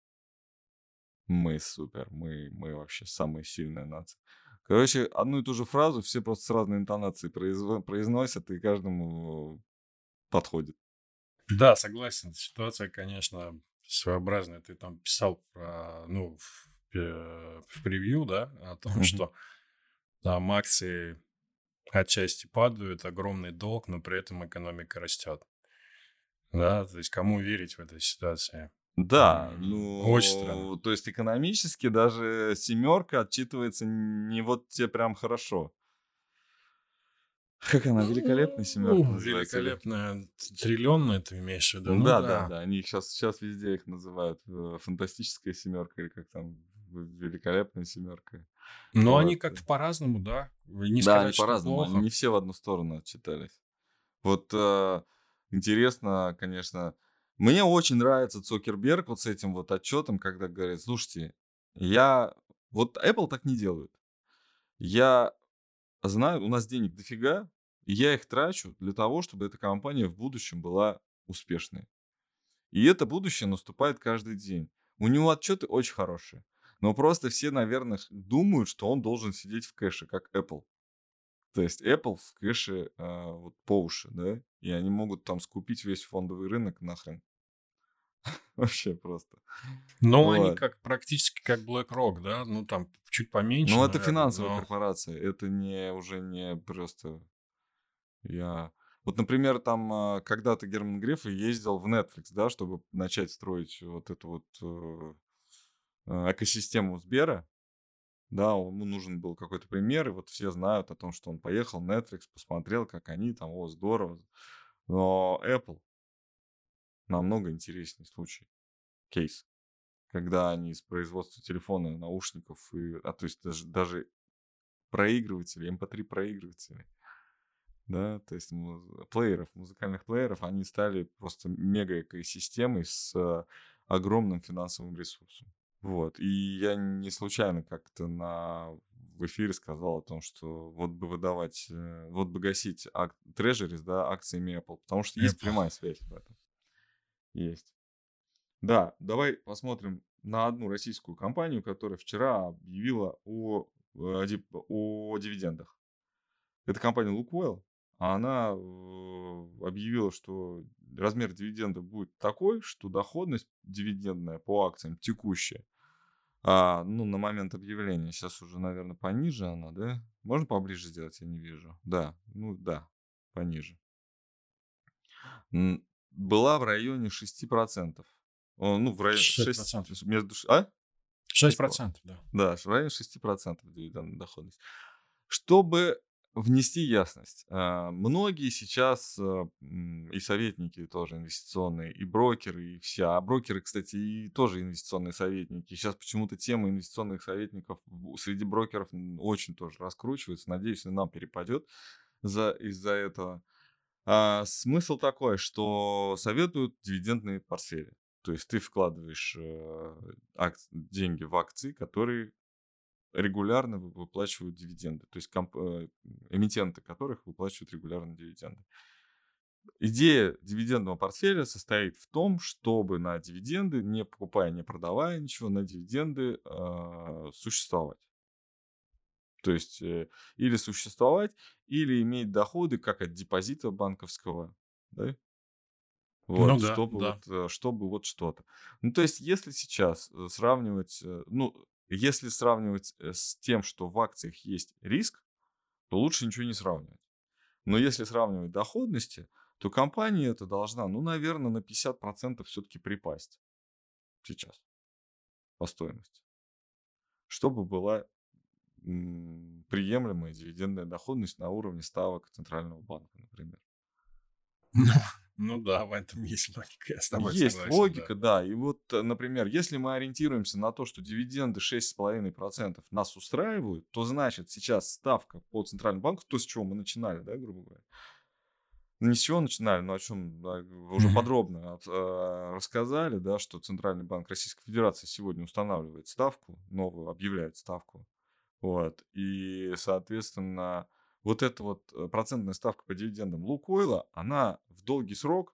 Мы супер. Мы мы вообще самая сильная нация". Короче, одну и ту же фразу все просто с разной интонацией произво произносят, и каждому подходит. Да, согласен. Ситуация, конечно, своеобразная. Ты там писал про, ну, в, э, в превью, да, о том, Мгм. что там акции отчасти падают, огромный долг, но при этом экономика растет. Да, то есть кому верить в этой ситуации? Да, М, Очень странно. ну, то есть экономически даже семерка отчитывается не вот те прям хорошо. Как она, великолепная семерка Ну, называется или? великолепная триллионная, ты имеешь в виду? Ну Да, да, да. да, они сейчас сейчас везде их называют, э, фантастическая семерка или как там, в великолепная семерка. Но они Вот. как-то по-разному, да. Не Да, они сказать, что по-разному, они плохо. не все в одну сторону отчитались. Вот, э, интересно, конечно. Мне очень нравится Цукерберг вот с этим вот отчетом, когда говорит: "Слушайте, я" вот Apple так не делают. "Я знаю, у нас денег дофига, и я их трачу для того, чтобы эта компания в будущем была успешной. И это будущее наступает каждый день". У него отчеты очень хорошие, но просто все, наверное, х думают, что он должен сидеть в кэше, как Apple. То есть Apple в кэше, а, вот по уши, да, и они могут там скупить весь фондовый рынок нахрен. Вообще просто. Но они Вот. как практически как BlackRock, да, ну там чуть поменьше, Но это наверное, финансовая но... корпорация, это не уже не просто я вот, например, там, а, когда-то Герман Греф и ездил в Netflix, да, чтобы начать строить вот эту вот, э, а, экосистему Сбера. Да, ему нужен был какой-то пример, и вот все знают о том, что он поехал в Netflix, посмотрел, как они там, о, здорово. Но Apple намного интереснее случай, кейс, когда они из производства телефона, наушников, и, а то есть даже, даже проигрывателей, эм пэ три проигрывателей, да, то есть муз- плееров, музыкальных плееров, они стали просто мега экосистемой с э, огромным финансовым ресурсом. Вот. И я не случайно как-то на в эфире сказал о том, что вот бы выдавать, э, вот бы гасить ак- treasuries, да, акциями Apple, потому что есть Apple. прямая связь в этом. Есть. Да, давай посмотрим на одну российскую компанию, которая вчера объявила о, э, дип- о дивидендах. Это компания Лукойл. А она э, объявила, что размер дивиденда будет такой, что доходность дивидендная по акциям текущая А, ну, на момент объявления. Сейчас уже, наверное, пониже она, да? Можно поближе сделать? Я не вижу. Да, ну да, пониже. М, была в районе шести процентов. О, ну, в районе шесть шесть процентов. между ш а? шесть шесть по процентов, да. Да, ш в районе шести процентов дивидендная доходность. Чтобы внести ясность, а, многие сейчас, а, м, и советники тоже инвестиционные, и брокеры, и вся. А брокеры, кстати, и тоже инвестиционные советники. Сейчас почему-то тема инвестиционных советников в среди брокеров, м, очень тоже раскручивается. Надеюсь, и нам перепадет за из-за этого. А, смысл такой, что советуют дивидендные портфели. То есть ты вкладываешь, э, акц деньги в акции, которые регулярно вы выплачивают дивиденды. То есть комп э, эмитенты которых выплачивают регулярно дивиденды. Идея дивидендного портфеля состоит в том, чтобы на дивиденды, не покупая, не продавая ничего, на дивиденды, а, существовать. То есть, э, или существовать, или иметь доходы как от депозита банковского, да? Ну Вот, да, чтобы да. вот, э, чтобы вот что-то. Ну, то есть, если сейчас, э, сравнивать, э, ну, если сравнивать, э, с тем, что в акциях есть риск, то лучше ничего не сравнивать. Но если сравнивать доходности, то компания эта должна, ну, наверно, на пятьдесят процентов все-таки припасть сейчас по стоимости. Чтобы была, м, приемлемая дивидендная доходность на уровне ставок Центрального банка, например. Ну ну да, в этом есть логика, я с тобой Есть согласен, да. логика, да. И вот, э, например, если мы ориентируемся на то, что дивиденды шесть с половиной процентов нас устраивают, то значит сейчас ставка по Центральному банку, то, с чего мы начинали, да, грубо говоря. Не с чего начинали, но о чем, да, уже Мгм. подробно от а, рассказали, да, что Центральный банк Российской Федерации сегодня устанавливает ставку, новую, объявляет ставку. Вот. И, соответственно, вот эта вот, э, процентная ставка по дивидендам "Лукойла", она в долгий срок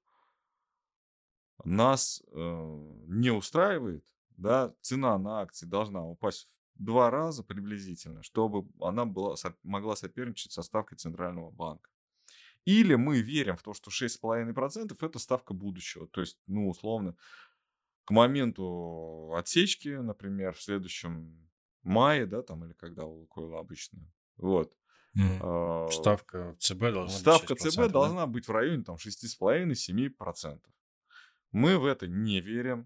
нас, э, не устраивает, да. Цена на акции должна упасть в два раза приблизительно, чтобы она была со могла соперничать со ставкой Центрального банка. Или мы верим в то, что шесть с половиной процентов это ставка будущего. То есть, ну, условно, к моменту отсечки, например, в следующем мае, да, там или когда у "Лукойла" обычно, вот, Мгм. а, Ставка ЦБ должна быть ставка ЦБ шесть процентов, да? должна быть в районе там шести с половиной семи процентов. Мы в это не верим.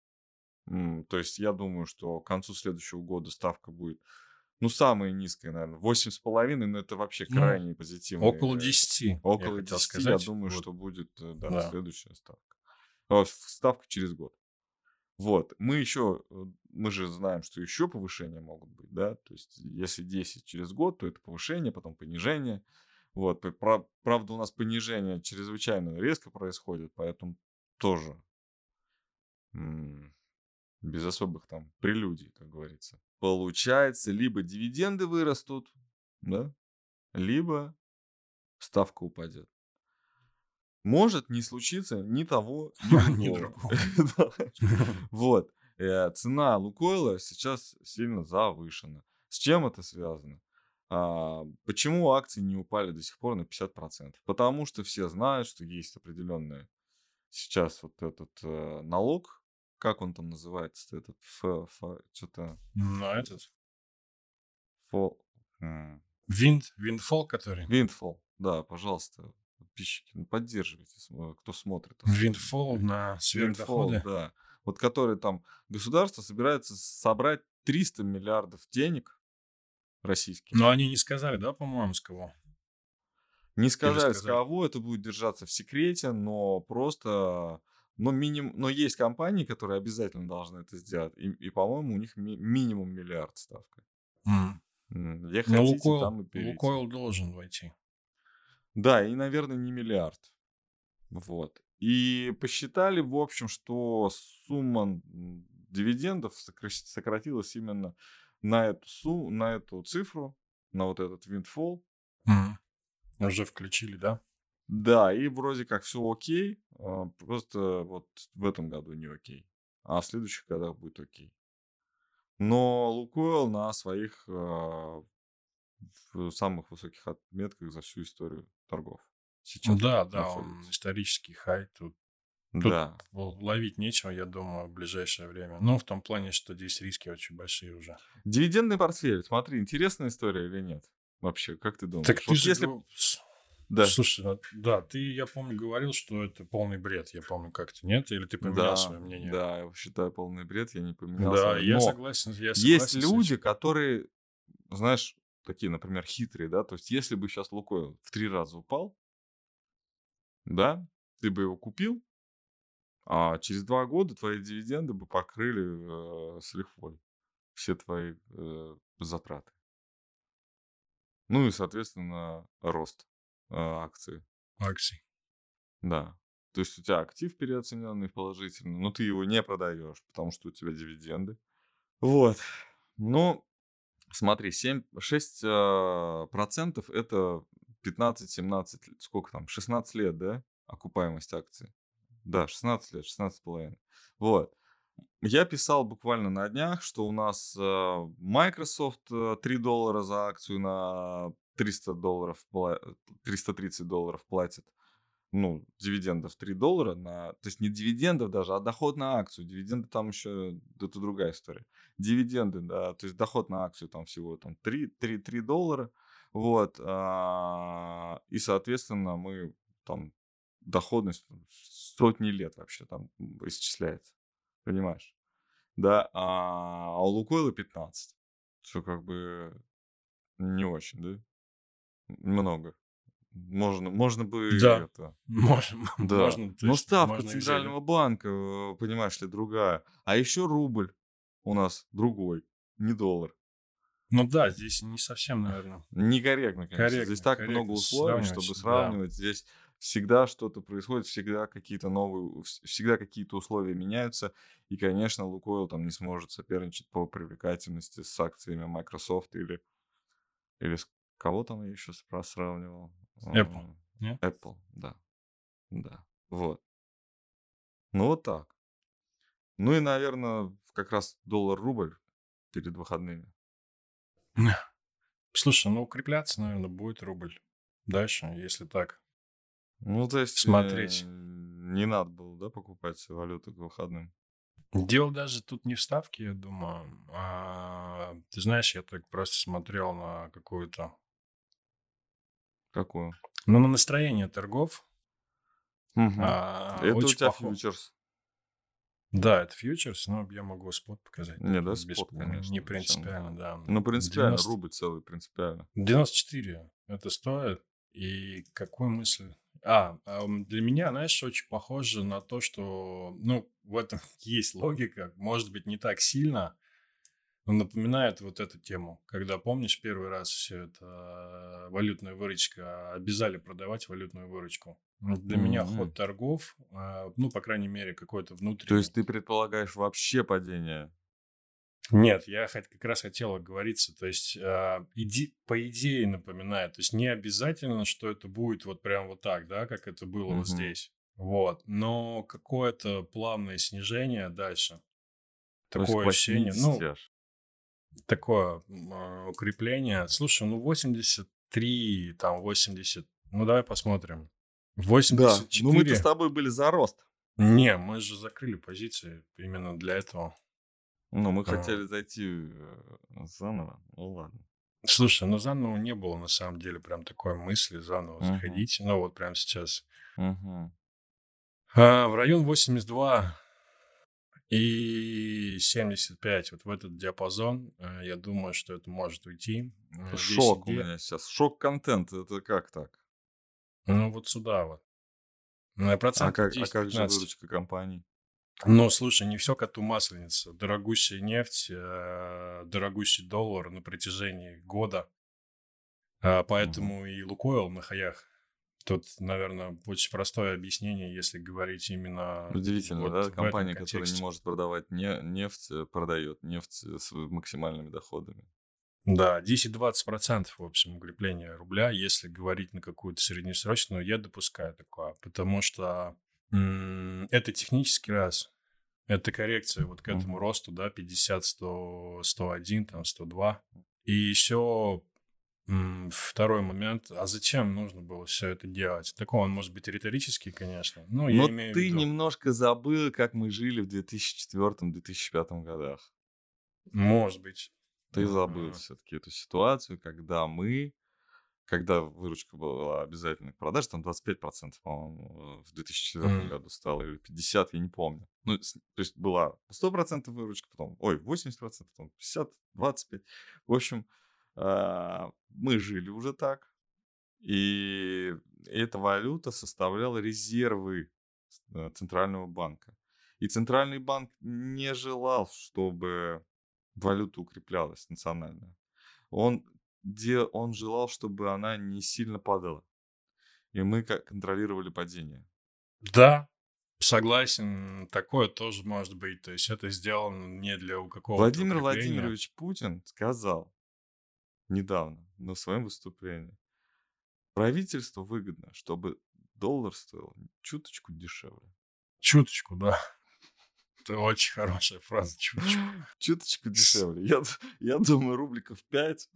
М, то есть я думаю, что к концу следующего года ставка будет, ну, самая низкая, наверно, восемь с половиной, но это вообще Ну, крайне позитивный, около э, десяти, я около хотел десяти, я сказать. думаю, Вот, что будет, э, да, да. следующая ставка. А, ф ставка через год. Вот. Мы еще, э, мы же знаем, что еще повышения могут быть, да. То есть если десять через год, то это повышение, потом понижение. Вот. П пра правда, у нас понижение чрезвычайно резко происходит, поэтому тоже, м, без особых там прелюдий, как говорится. Получается, либо дивиденды вырастут, да, либо ставка упадет. Может не случиться ни того, ни Не другого. другого. Да. Вот. Э, цена "Лукойла" сейчас сильно завышена. С чем это связано? А, почему акции не упали до сих пор на пятьдесят процентов? Потому что все знают, что есть определенная сейчас вот этот, э, налог. Как он там называется-то, этот фэ фа чё-то Ну, этот фо м, винд виндфолл, который? windfall. Да, пожалуйста, подписчики, ну, поддерживайте, см кто смотрит особенно. Виндфолл Ви на Windfall, сверхдоходы. да. Вот который там государство собирается собрать триста миллиардов денег российских. Но они не сказали, да, по-моему, с кого? Не Или сказали, с сказали? кого это будет держаться в секрете, но просто, но миним но есть компании, которые обязательно должны это сделать. И и, по-моему, у них ми минимум миллиард ставка. М. М, где Но хотите, "Лукойл" там и берите. "Лукойл" должен войти. Да, и, наверное, не миллиард. Вот. И посчитали, в общем, что сумма, м, дивидендов сокращ сократилась именно на эту су на эту цифру, на вот этот windfall. Мгм. Уже включили, да? Да, и вроде как все окей, а, просто вот в этом году не окей, а в следующих годах будет окей. Но "Лукойл" на своих, а, в самых высоких отметках за всю историю торгов сейчас Да, да, он находится. исторический хай тут. Тут Да. л- ловить нечего, я думаю, в ближайшее время. Ну, в том плане, что здесь риски очень большие уже. Дивидендный портфель. Смотри, интересная история или нет? Вообще, как ты Так думаешь? ты Вот же... если... гов- с- Да, Слушай, ну, да, ты, я помню, говорил, что это полный бред. Я помню, как-то нет? Или ты поменял да, свое мнение? да, я считаю полный бред, я не поменялся. Да, я Но согласен, я есть согласен с люди, этим. которые, знаешь, такие, например, хитрые, да, то есть если бы сейчас Лукойл в три раза упал, да, ты бы его купил, а через два года твои дивиденды бы покрыли э, с лихвой все твои э, затраты. Ну и, соответственно, рост э, акции. Аксий. Да. То есть у тебя актив переоцененный положительно, но ты его не продаешь, потому что у тебя дивиденды. Вот. Ну, смотри, семь, шесть а, процентов это пятнадцать-семнадцать, лет. Сколько там, шестнадцать лет, да, окупаемость акции? Да, шестнадцать лет, шестнадцать с половиной. Вот. Я писал буквально на днях, что у нас э, Microsoft э, три доллара за акцию на триста долларов, пла- триста тридцать долларов платит. Ну, дивидендов три доллара на... То есть не дивидендов даже, а доход на акцию. Дивиденды там еще... Это другая история. Дивиденды, да, то есть доход на акцию там всего там три, три, три доллара. Вот. а, И, соответственно, мы там доходность там, сотни лет вообще там исчисляется. Понимаешь? Да, а а у Лукойла пятнадцать. Что как бы не очень, да? Много. Можно, можно бы Да, это... можно, Да, можно, то но есть ставка можно и взять. центрального банка, э, понимаешь ли, другая. А еще рубль у нас другой, не доллар. Ну да, здесь не совсем, наверное, Некорректно, конечно. Здесь корректно, так много корректно условий, сравнивать, чтобы да. сравнивать. Здесь всегда что-то происходит, всегда какие-то новые, вс- всегда какие-то условия меняются. И, конечно, Лукойл там не сможет соперничать по привлекательности с акциями Microsoft или, или с кого там я еще спра- сравнивал? Apple, М, нет? Apple, да, да. Вот. Ну вот так. Ну и, наверное, как раз доллар-рубль перед выходными. Слушай, ну укрепляться, наверное, будет рубль дальше, если так Ну, то есть э, смотреть. не надо было, да, покупать валюту к выходным? Дело даже тут не в ставке, я думаю. А, ты знаешь, я так просто смотрел на какую-то... Какую? Ну, на настроение торгов. Мгм. А, Это у очень тебя плохо. фьючерс. Да, это фьючерс, но я могу спот показать. Не, да, Без, спот, не конечно. Зачем? принципиально, да. Ну, принципиально, девяносто рубль целый, принципиально. девяносто четыре это стоит. И какую мысль? А, ам, для меня, знаешь, очень похоже на то, что, ну, в этом есть логика, может быть, не так сильно, но напоминает вот эту тему, когда, помнишь, первый раз все это а, валютная выручка, обязали продавать валютную выручку. М, Для меня Мгм. ход торгов, а, ну, по крайней мере, какой-то То есть внутренний. ты предполагаешь вообще падение? Нет, я хот- как раз хотел оговориться, то есть а, иди, по идее напоминает, то есть не обязательно, что это будет вот прям вот так, да, как это было вот Мгм. здесь, вот, но какое-то плавное снижение дальше, То есть к такое ощущение, восьмидесяти ну, аж. такое м, а, укрепление, слушай, ну восемьдесят три, там восемьдесят, ну давай посмотрим, Да, восемьдесят ну мы-то с четыре, тобой были за рост. не, мы же закрыли позиции именно для этого. Ну, мы А. хотели зайти э, заново. Ну ладно. Слушай, ну заново не было на самом деле прям такой мысли заново Мгм. заходить. Ну вот прямо сейчас. Мгм. А, в район восемьдесят два и семьдесят пять, вот в этот диапазон, э, я думаю, что это может уйти. Э, Здесь Шок у идея, меня сейчас. Шок-контент. Это как так? ну вот сюда вот, на А процентов как, а как же десять-пятнадцать. выручка компаний? Но слушай, не все коту масленица. Дорогущая нефть, э, дорогущий доллар на протяжении года. А, Мгм. Поэтому и Лукойл на хаях. Тут, наверное, очень простое объяснение, если говорить именно Удивительно, вот да? в этом Компания, которая не контексте. может продавать не, нефть, э, продает нефть э, с максимальными доходами. Да, десять-двадцать процентов, в общем, укрепления рубля, если говорить на какую-то среднесрочную, я допускаю такое, потому что м, это технический раз, это коррекция вот к этому Мгм. росту, да, пятьдесят, сто, сто один, там, сто два. И еще М, Второй момент. А зачем нужно было все это делать? Такой он может быть риторический, конечно. Но я Но имею в ты виду, немножко забыл, как мы жили в две тысячи четвёртом - две тысячи пятом годах. может быть. Ты забыл М, все-таки эту ситуацию, когда мы когда выручка была обязательной к продаже, там двадцать пять процентов, по-моему, в две тысячи четвёртом м, году стало, или пятьдесят, я не помню. Ну, с- то есть была сто процентов выручка, потом, ой, восемьдесят процентов, потом пятьдесят, двадцать пять. В общем, а, мы жили уже так, и эта валюта составляла резервы с- э, Центрального банка. И Центральный банк не желал, чтобы валюта укреплялась национальная. Он, де, он желал, чтобы она не сильно падала. И мы как контролировали падение. Да, согласен, такое тоже может быть. То есть это сделано не для у какого-то Владимир укрепления. Владимирович Путин сказал недавно на своем выступлении, правительству выгодно, чтобы доллар стоил чуточку дешевле. Чуточку, да. Это очень хорошая фраза, чуточку. Чуточку С- дешевле. Я, д- я думаю, рубликов пять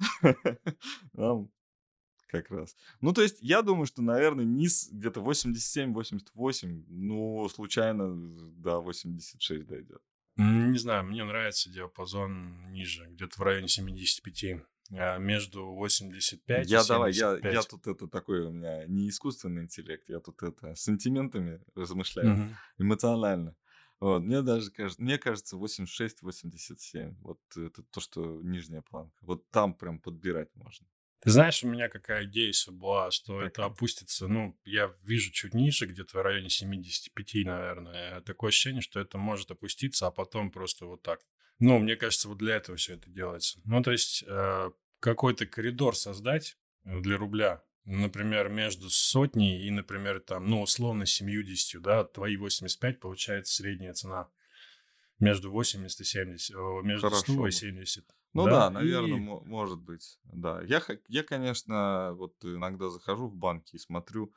нам как раз. Ну, то есть, я думаю, что, наверное, низ где-то восемьдесят семь восемьдесят восемь, ну, случайно до восемьдесят шесть дойдет. м, Не знаю, мне нравится диапазон ниже, где-то в районе семидесяти пяти. А между восемьдесят пять и Я давай, семьдесят я, я пять. тут это такой у меня не искусственный интеллект, я тут это сантиментами размышляю, Мгм. эмоционально. Вот, мне даже кажется, мне кажется, восемьдесят шесть восемьдесят семь. Вот это то, что нижняя планка. Вот там прям подбирать можно. Ты знаешь, у меня какая идея еще была, что это Какая? опустится, ну, я вижу чуть ниже, где-то в районе семидесяти пяти, наверное. Такое ощущение, что это может опуститься, а потом просто вот так. Ну, мне кажется, вот для этого все это делается. Ну, то есть э, какой-то коридор создать э, для рубля, например, между сотней и, например, там, ну, условно, семьюдесятью, да, твои восемьдесят пять получается средняя цена между восемьдесят и семьдесят, о, между сто Хорошо и бы. семьдесят, Ну да, да, наверное, и может быть. Да. Я, ха- я, конечно, вот иногда захожу в банки и смотрю.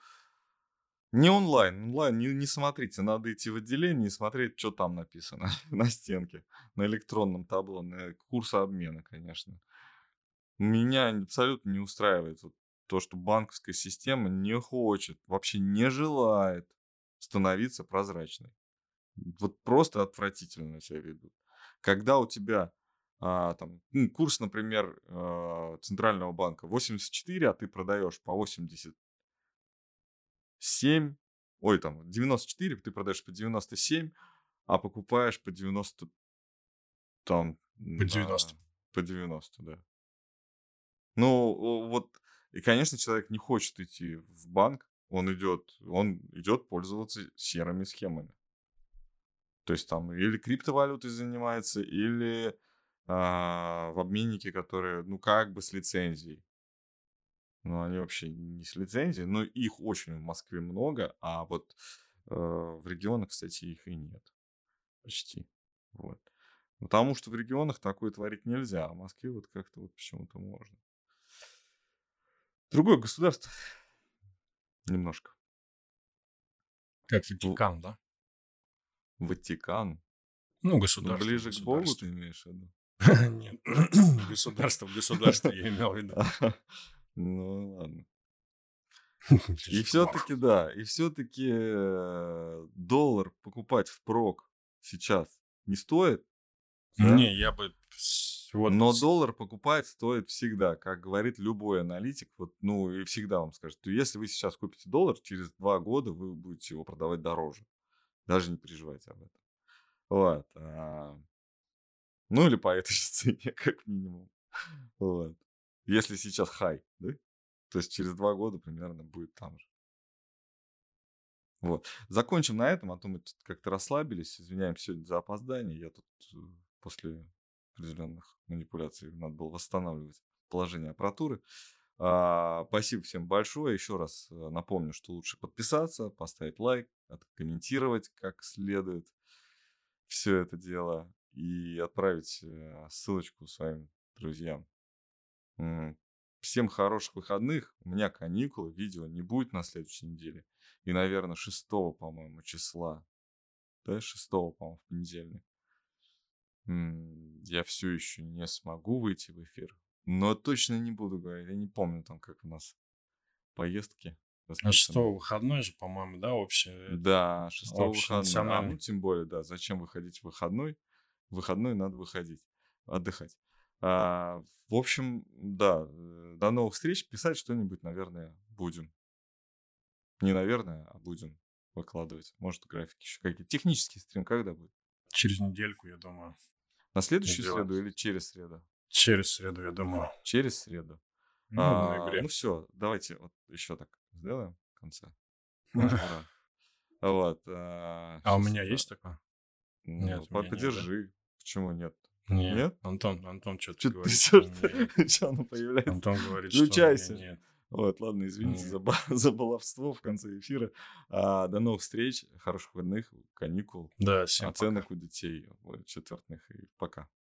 Не онлайн. Онлайн не, не смотрите. Надо идти в отделение и смотреть, что там написано на стенке, на электронном табло, на курс обмена, конечно. Меня абсолютно не устраивает вот то, что банковская система не хочет, вообще не желает становиться прозрачной. Вот просто отвратительно себя ведут. Когда у тебя а, там, ну, курс, например, а, Центрального банка восемьдесят четыре, а ты продаешь по восемьдесят семь, ой, там девяносто четыре, ты продаешь по девяносто семь, а покупаешь по девяносто, там, по на, девяносто. по девяносто, да. Ну, о, вот, и, конечно, человек не хочет идти в банк, он идет, он идет пользоваться серыми схемами. То есть там или криптовалютой занимается, или а, в обменнике, которые, ну, как бы с лицензией. Но они вообще не с лицензией, но их очень в Москве много, а вот э, в регионах, кстати, их и нет почти. Вот. Потому что в регионах такое творить нельзя, а в Москве вот как-то вот почему-то можно. Другое государство немножко. Как В- Ватикан, да? Ватикан. Ну, Ну, государство в ближе к Богу государстве. ты имеешь в виду? Нет, государство в государстве я имел в виду. Ну, ладно. И Ближе к Богу. все-таки, да, и все-таки доллар покупать впрок сейчас не стоит, да? Не, я бы с- вот Но с- доллар покупать стоит всегда, как говорит любой аналитик, вот, ну и всегда вам скажет, что если вы сейчас купите доллар, через два года вы будете его продавать дороже. Даже не переживайте об этом. Вот. а, Ну или по этой же цене, как минимум. Вот. Если сейчас хай, да? То есть через два года примерно будет там же. Вот. Закончим на этом, а то мы тут как-то расслабились. Извиняемся сегодня за опоздание. Я тут э, после определенных манипуляций надо было восстанавливать положение аппаратуры. А, спасибо всем большое. Еще раз э, напомню, что лучше подписаться, поставить лайк, откомментировать как следует все это дело и отправить э, ссылочку своим друзьям. М, Всем хороших выходных. У меня каникулы, видео не будет на следующей неделе. И, наверное, шестого, по-моему, числа, да, шестого, по-моему, в понедельник, м, я все еще не смогу выйти в эфир. Но точно не буду говорить. Я не помню там, как у нас поездки А расписаны. шестого выходной же, по-моему, да, общий этот, Да, шестого выходной. А, ну, общенациональный. тем более, да. Зачем выходить в выходной? В выходной надо выходить, отдыхать. А, в общем, да, э, до новых встреч. Писать что-нибудь, наверное, будем. Не наверное, а будем выкладывать. Может, графики еще какие-то. Технический стрим когда будет? Через недельку, я думаю, На следующую сделаем. среду или через среду? Через среду, я думаю. Через среду. Ну, в А, ноябре. ну все, давайте вот еще так сделаем в конце. Ура. Вот. А, А у сейчас, меня да. есть такое? Ну, Нет, у по- меня нет, да? подержи. Почему нет? Не, Нет? Антон, Антон что-то Что ты говорит, что у держишь? меня нет. Что оно появляется? Антон говорит, что у меня Включайся. нет. Вот, ладно, извините за, Нет. ба- за баловство в конце эфира. А, до новых встреч, хороших выходных, каникул, Да, всем пока. оценок у детей, вот, четвертных и пока.